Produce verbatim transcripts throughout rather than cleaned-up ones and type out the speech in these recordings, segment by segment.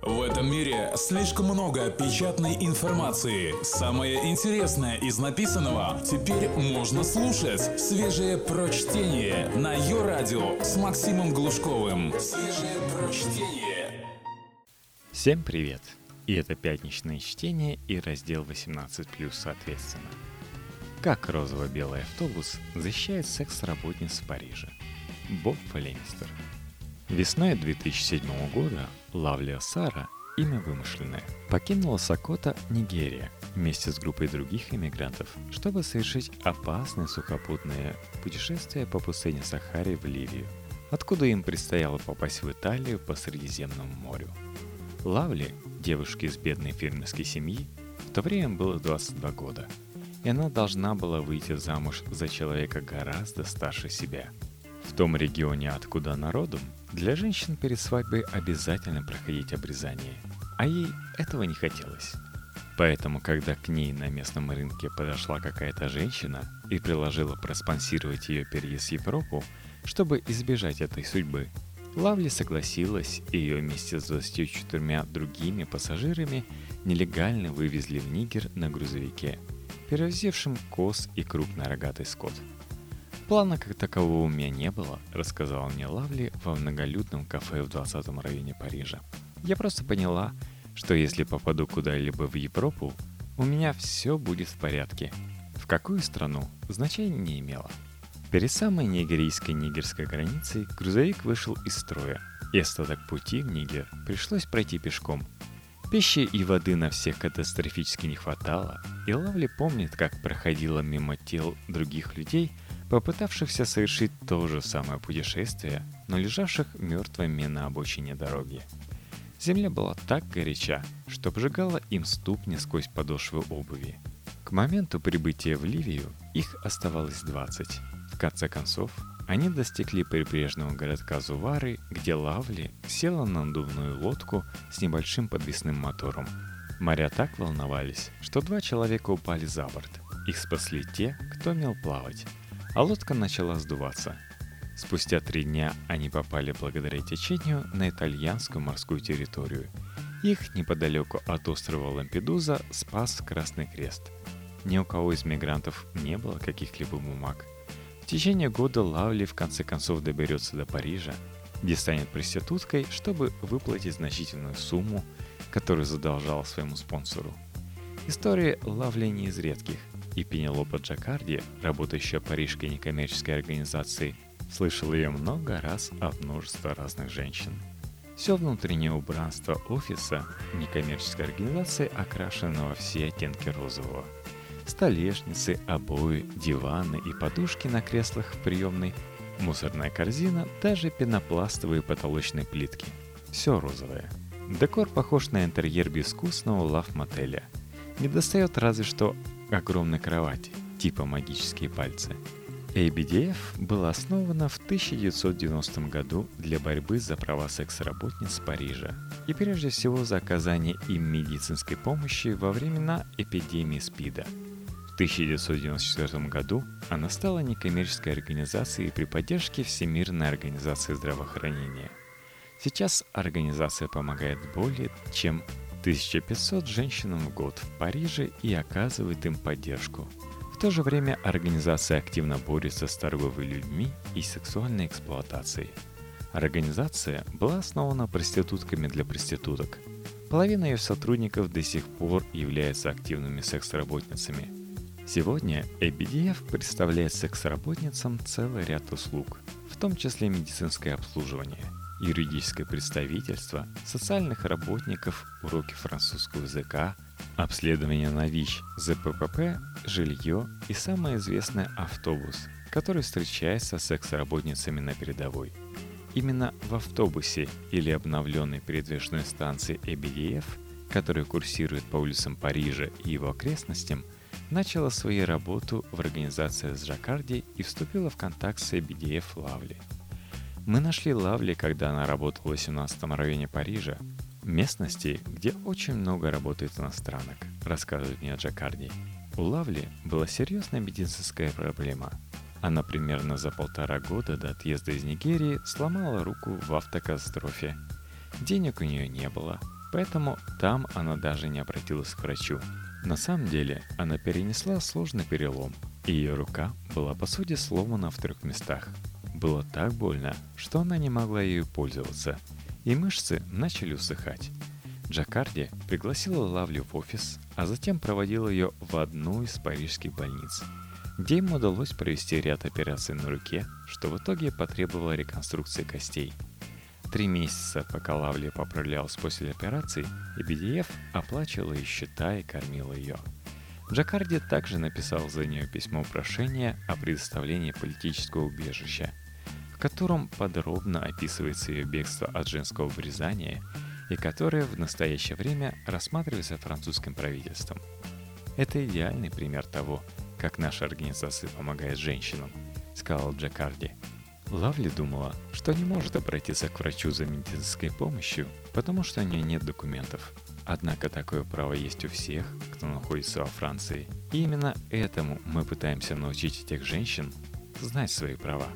В этом мире слишком много печатной информации. Самое интересное из написанного теперь можно слушать. Свежее прочтение на Йо-Радио с Максимом Глушковым. Свежее прочтение. Всем привет! И это пятничное чтение и раздел восемнадцать плюс соответственно. Как розово-белый автобус защищает секс-работниц в Париже. Боб Фолемистер. Весной две тысячи седьмого года Лавли Осара, имя вымышленное, покинула Сокото, Нигерия, вместе с группой других иммигрантов, чтобы совершить опасное сухопутное путешествие по пустыне Сахаре в Ливию, откуда им предстояло попасть в Италию по Средиземному морю. Лавли, девушке из бедной фермерской семьи, в то время было двадцать два года, и она должна была выйти замуж за человека гораздо старше себя. В том регионе, откуда она родом, для женщин перед свадьбой обязательно проходить обрезание, а ей этого не хотелось. Поэтому, когда к ней на местном рынке подошла какая-то женщина и предложила проспонсировать ее переезд в Европу, чтобы избежать этой судьбы, Лавли согласилась, и ее вместе с двадцатью четырьмя другими пассажирами нелегально вывезли в Нигер на грузовике, перевозившем коз и крупнорогатый скот. Плана как такового у меня не было, рассказала мне Лавли во многолюдном кафе в двадцатом районе Парижа. Я просто поняла, что если попаду куда-либо в Европу, у меня все будет в порядке. В какую страну, значения не имело. Перед самой нигерийско-нигерской границей грузовик вышел из строя, и остаток пути в Нигер пришлось пройти пешком. Пищи и воды на всех катастрофически не хватало, и Лавли помнит, как проходила мимо тел других людей, попытавшихся совершить то же самое путешествие, но лежавших мертвыми на обочине дороги. Земля была так горяча, что обжигала им ступни сквозь подошвы обуви. К моменту прибытия в Ливию их оставалось двадцать. В конце концов, они достигли прибрежного городка Зувары, где Лавли села на надувную лодку с небольшим подвесным мотором. Моря так волновались, что два человека упали за борт. Их спасли те, кто умел плавать, а лодка начала сдуваться. Спустя три дня они попали благодаря течению на итальянскую морскую территорию. Их неподалеку от острова Лампедуза спас Красный Крест. Ни у кого из мигрантов не было каких-либо бумаг. В течение года Лавли в конце концов доберется до Парижа, где станет проституткой, чтобы выплатить значительную сумму, которую задолжала своему спонсору. История Лавли не из редких, и Пенелопа Джакарди, работающая в парижской некоммерческой организации, слышала ее много раз от множества разных женщин. Все внутреннее убранство офиса некоммерческой организации окрашено во все оттенки розового. Столешницы, обои, диваны и подушки на креслах в приемной, мусорная корзина, даже пенопластовые потолочные плитки. Все розовое. Декор похож на интерьер безвкусного лав-мотеля. Недостает разве что огромной кровати, типа магические пальцы. эй би ди эф была основана в тысяча девятьсот девяностом году для борьбы за права секс-работниц Парижа и прежде всего за оказание им медицинской помощи во времена эпидемии СПИДа. В тысяча девятьсот девяносто четвёртом году она стала некоммерческой организацией при поддержке Всемирной организации здравоохранения. Сейчас организация помогает более чем тысяча пятьсот женщинам в год в Париже и оказывает им поддержку. В то же время организация активно борется с торговлей людьми и сексуальной эксплуатацией. Организация была основана проститутками для проституток. Половина ее сотрудников до сих пор являются активными секс-работницами. Сегодня эй би ди эф представляет секс-работницам целый ряд услуг, в том числе медицинское обслуживание, юридическое представительство, социальных работников, уроки французского языка, обследование на ВИЧ, зэ пэ пэ пэ, жилье и самое известное автобус, который встречается с секс-работницами на передовой. Именно в автобусе или обновленной передвижной станции эй би ди эф, которая курсирует по улицам Парижа и его окрестностям, начала свою работу в организации с Джакарди и вступила в контакт с эй би ди эф Лавли. Мы нашли Лавли, когда она работала в восемнадцатом районе Парижа, местности, где очень много работает иностранок, рассказывает мне Джакарди. У Лавли была серьезная медицинская проблема. Она примерно за полтора года до отъезда из Нигерии сломала руку в автокатастрофе. Денег у нее не было, поэтому там она даже не обратилась к врачу. На самом деле она перенесла сложный перелом, и ее рука была по сути сломана в трех местах. Было так больно, что она не могла ею пользоваться, и мышцы начали усыхать. Джакарди пригласила Лавли в офис, а затем проводила ее в одну из парижских больниц, где им удалось провести ряд операций на руке, что в итоге потребовало реконструкции костей. Три месяца, пока Лавли поправлялась после операции, и би ди эф оплачивала ей счета и кормила ее. Джакарди также написал за нее письмо прошения о предоставлении политического убежища, в котором подробно описывается ее бегство от женского вырезания и которое в настоящее время рассматривается французским правительством. Это идеальный пример того, как наша организация помогает женщинам, сказал Джакарди. Лавли думала, что не может обратиться к врачу за медицинской помощью, потому что у нее нет документов. Однако такое право есть у всех, кто находится во Франции. И именно этому мы пытаемся научить этих женщин знать свои права.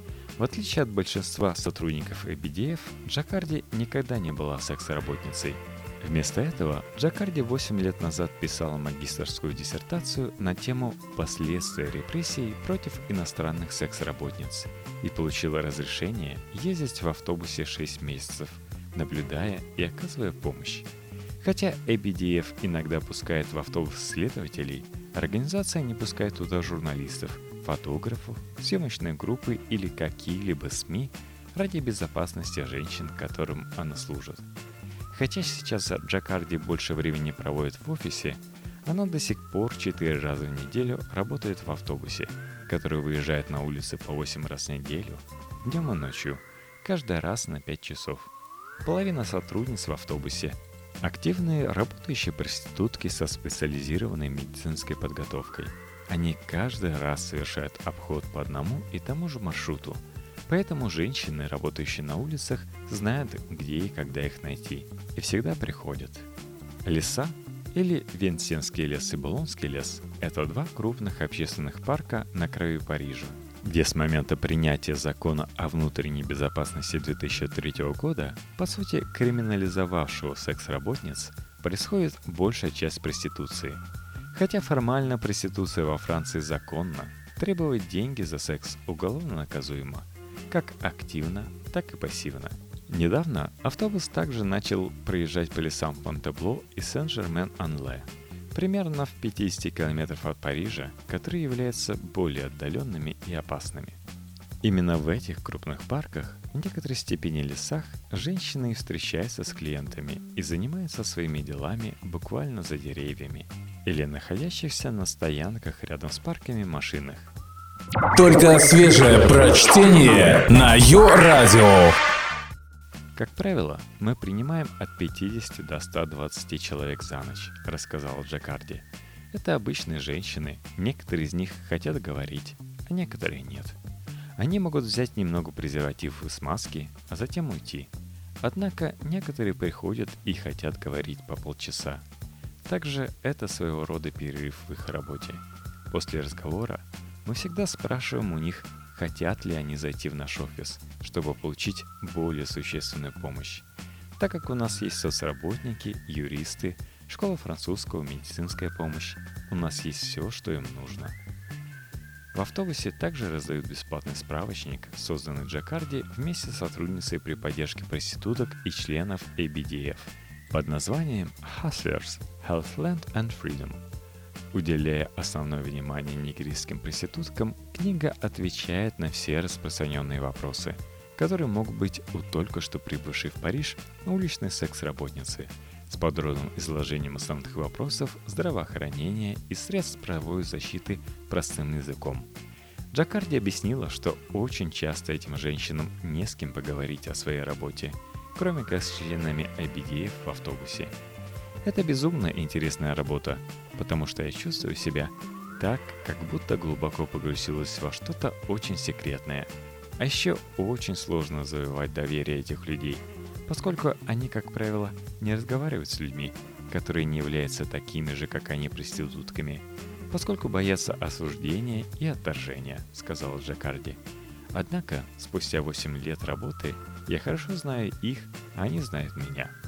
В отличие от большинства сотрудников эй би ди эф, Джакарди никогда не была секс-работницей. Вместо этого Джакарди восемь лет назад писала магистерскую диссертацию на тему «Последствия репрессий против иностранных секс-работниц» и получила разрешение ездить в автобусе шесть месяцев, наблюдая и оказывая помощь. Хотя эй би ди эф иногда пускает в автобус следователей, организация не пускает туда журналистов, фотографов, съемочной группы или какие-либо СМИ ради безопасности женщин, которым она служит. Хотя сейчас Джакарди больше времени проводит в офисе, она до сих пор четыре раза в неделю работает в автобусе, который выезжает на улицы по восемь раз в неделю, днем и ночью, каждый раз на пять часов. Половина сотрудниц в автобусе – активные работающие проститутки со специализированной медицинской подготовкой. Они каждый раз совершают обход по одному и тому же маршруту, поэтому женщины, работающие на улицах, знают, где и когда их найти, и всегда приходят. Леса, или Венсенский лес и Булонский лес – это два крупных общественных парка на краю Парижа, где с момента принятия закона о внутренней безопасности две тысячи третьего года, по сути криминализовавшего секс-работниц, происходит большая часть проституции. Хотя формально проституция во Франции законна, требовать деньги за секс уголовно наказуемо, как активно, так и пассивно. Недавно автобус также начал проезжать по лесам Фонтебло и Сен-Жермен-Ан-Ле, примерно в пятьдесят километров от Парижа, которые являются более отдаленными и опасными. Именно в этих крупных парках, в некоторой степени лесах, женщины встречаются с клиентами и занимаются своими делами буквально за деревьями или находящихся на стоянках рядом с парками машинах. Только свежее прочтение на Йо-Радио. Как правило, мы принимаем от пятидесяти до ста двадцати человек за ночь, рассказал Джакарди. Это обычные женщины, некоторые из них хотят говорить, а некоторые нет. Они могут взять немного презервативов и смазки, а затем уйти. Однако некоторые приходят и хотят говорить по полчаса. Также это своего рода перерыв в их работе. После разговора мы всегда спрашиваем у них, хотят ли они зайти в наш офис, чтобы получить более существенную помощь. Так как у нас есть соцработники, юристы, школа французского, медицинская помощь, у нас есть все, что им нужно. В автобусе также раздают бесплатный справочник, созданный Джакарди вместе с сотрудницей при поддержке проституток и членов эй би ди эф под названием Hustlers – Healthland and Freedom. Уделяя основное внимание нигерийским проституткам, книга отвечает на все распространенные вопросы, которые могут быть у только что прибывшей в Париж уличной секс-работницы, с подробным изложением основных вопросов здравоохранения и средств правовой защиты простым языком. Джакарди объяснила, что очень часто этим женщинам не с кем поговорить о своей работе, кроме как с членами эй би ди эф в автобусе. Это безумно интересная работа, потому что я чувствую себя так, как будто глубоко погрузилась во что-то очень секретное. А еще очень сложно завоевать доверие этих людей, поскольку они, как правило, не разговаривают с людьми, которые не являются такими же, как они, проститутками, поскольку боятся осуждения и отторжения, сказала Джакарди. Однако, спустя восемь лет работы, я хорошо знаю их, а они знают меня.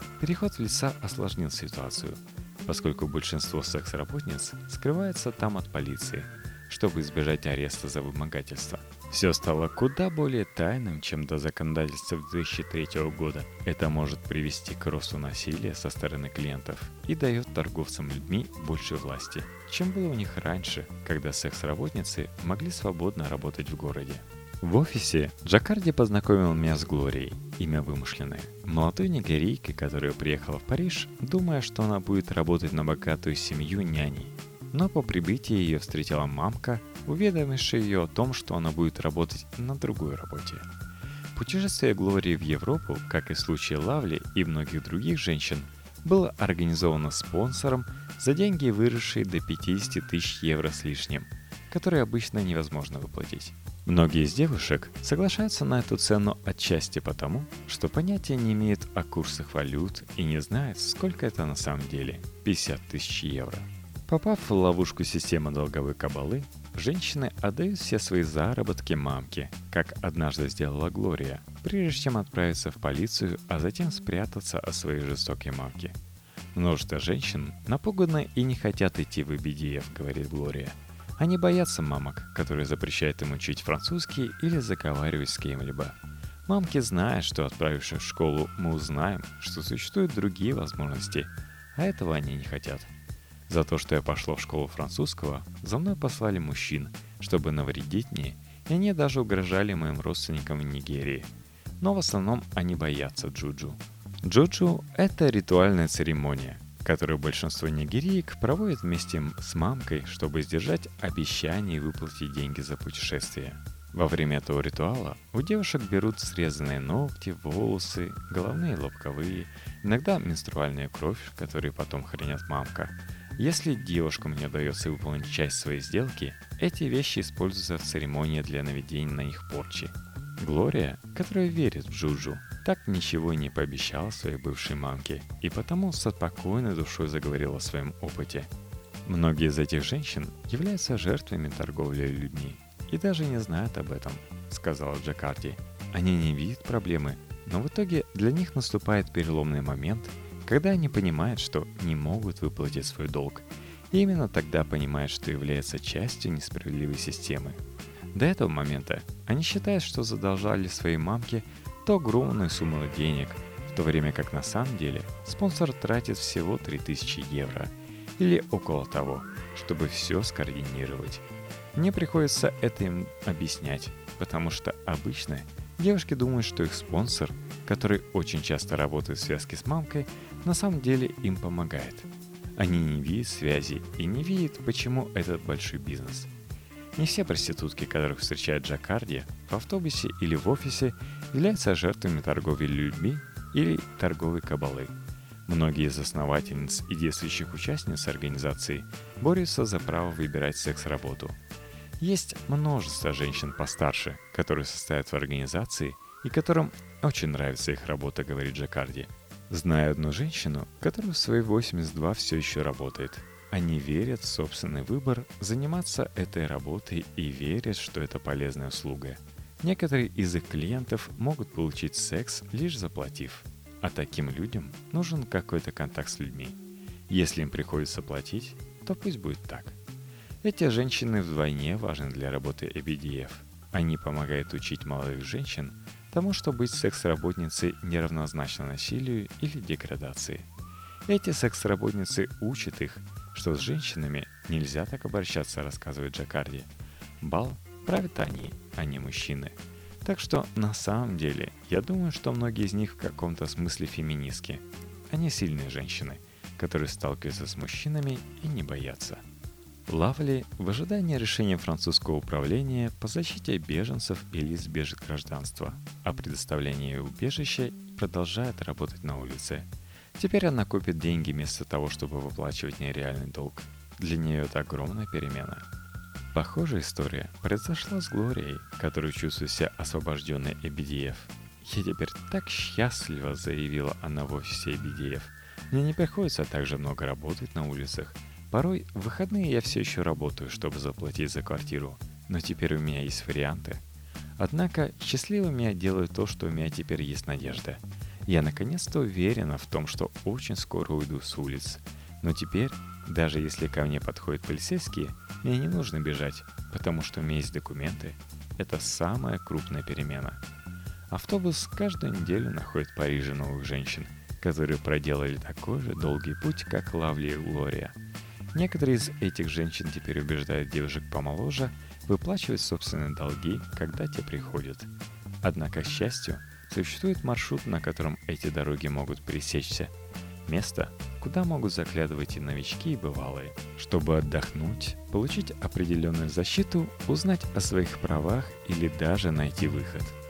Переход в леса осложнил ситуацию, поскольку большинство секс-работниц скрывается там от полиции, чтобы избежать ареста за вымогательство. Все стало куда более тайным, чем до законодательства две тысячи третьего года. Это может привести к росту насилия со стороны клиентов и дает торговцам людьми больше власти, чем было у них раньше, когда секс-работницы могли свободно работать в городе. В офисе Джакарди познакомил меня с Глорией, имя вымышленное, молодой нигерийкой, которая приехала в Париж, думая, что она будет работать на богатую семью няней. Но по прибытии ее встретила мамка, уведомившая ее о том, что она будет работать на другой работе. Путешествие Глории в Европу, как и в случае Лавли и многих других женщин, было организовано спонсором за деньги, выросшие до пятьдесят тысяч евро с лишним, которые обычно невозможно выплатить. Многие из девушек соглашаются на эту цену отчасти потому, что понятия не имеют о курсах валют и не знают, сколько это на самом деле – пятьдесят тысяч евро. Попав в ловушку системы долговой кабалы, женщины отдают все свои заработки мамке, как однажды сделала Глория, прежде чем отправиться в полицию, а затем спрятаться от своей жестокой мамки. Множество женщин напуганы и не хотят идти в и би ди эф, говорит Глория. Они боятся мамок, которые запрещают им учить французский или заговаривать с кем-либо. Мамки знают, что, отправившись в школу, мы узнаем, что существуют другие возможности, а этого они не хотят. За то, что я пошла в школу французского, за мной послали мужчин, чтобы навредить мне, и они даже угрожали моим родственникам в Нигерии. Но в основном они боятся джуджу. Джуджу – это ритуальная церемония, которую большинство нигериек проводят вместе с мамкой, чтобы сдержать обещание и выплатить деньги за путешествие. Во время этого ритуала у девушек берут срезанные ногти, волосы, головные и лобковые, иногда менструальную кровь, которую потом хранят мамка. Если девушкам не удается выполнить часть своей сделки, эти вещи используются в церемонии для наведения на них порчи. Глория, которая верит в джуджу, так ничего и не пообещала своей бывшей мамке, и потому со спокойной душой заговорила о своем опыте. Многие из этих женщин являются жертвами торговли людьми и даже не знают об этом, сказала Джакарди. Они не видят проблемы, но в итоге для них наступает переломный момент, когда они понимают, что не могут выплатить свой долг, и именно тогда понимают, что являются частью несправедливой системы. До этого момента они считают, что задолжали своей мамке то огромную сумму денег, в то время как на самом деле спонсор тратит всего три тысячи евро или около того, чтобы все скоординировать. Мне приходится это им объяснять, потому что обычно девушки думают, что их спонсор, который очень часто работает в связке с мамкой, на самом деле им помогает. Они не видят связи и не видят, почему этот большой бизнес. Не все проститутки, которых встречает Джакарди, в автобусе или в офисе, являются жертвами торговли людьми или торговой кабалы. Многие из основательниц и действующих участниц организации борются за право выбирать секс-работу. Есть множество женщин постарше, которые состоят в организации и которым очень нравится их работа, говорит Джакарди. Знаю одну женщину, которая в свои восемьдесят два все еще работает. Они верят в собственный выбор заниматься этой работой и верят, что это полезная услуга. Некоторые из их клиентов могут получить секс, лишь заплатив. А таким людям нужен какой-то контакт с людьми. Если им приходится платить, то пусть будет так. Эти женщины вдвойне важны для работы и би ди эф. Они помогают учить молодых женщин тому, что быть секс-работницей неравнозначно насилию или деградации. Эти секс-работницы учат их, что с женщинами нельзя так обращаться, рассказывает Джакарди. Бал правят они, а не мужчины. Так что на самом деле я думаю, что многие из них в каком-то смысле феминистки. Они сильные женщины, которые сталкиваются с мужчинами и не боятся. Лавли в ожидании решения французского управления по защите беженцев и лиц без гражданства, а предоставление убежища продолжает работать на улице. Теперь она копит деньги вместо того, чтобы выплачивать нереальный долг. Для нее это огромная перемена. Похожая история произошла с Глорией, которая чувствует себя освобожденной от би ди эф. «Я теперь так счастлива», — заявила она в офисе би ди эф. «Мне не приходится так же много работать на улицах. Порой в выходные я все еще работаю, чтобы заплатить за квартиру, но теперь у меня есть варианты. Однако счастливым меня делает то, что у меня теперь есть надежда. Я наконец-то уверена в том, что очень скоро уйду с улиц. Но теперь, даже если ко мне подходят полицейские, мне не нужно бежать, потому что у меня есть документы. Это самая крупная перемена. Автобус каждую неделю находит в Париже новых женщин, которые проделали такой же долгий путь, как Лавли и Глория. Некоторые из этих женщин теперь убеждают девушек помоложе выплачивать собственные долги, когда те приходят. Однако, к счастью, существует маршрут, на котором эти дороги могут пересечься. Место, куда могут заглядывать и новички, и бывалые, чтобы отдохнуть, получить определенную защиту, узнать о своих правах или даже найти выход.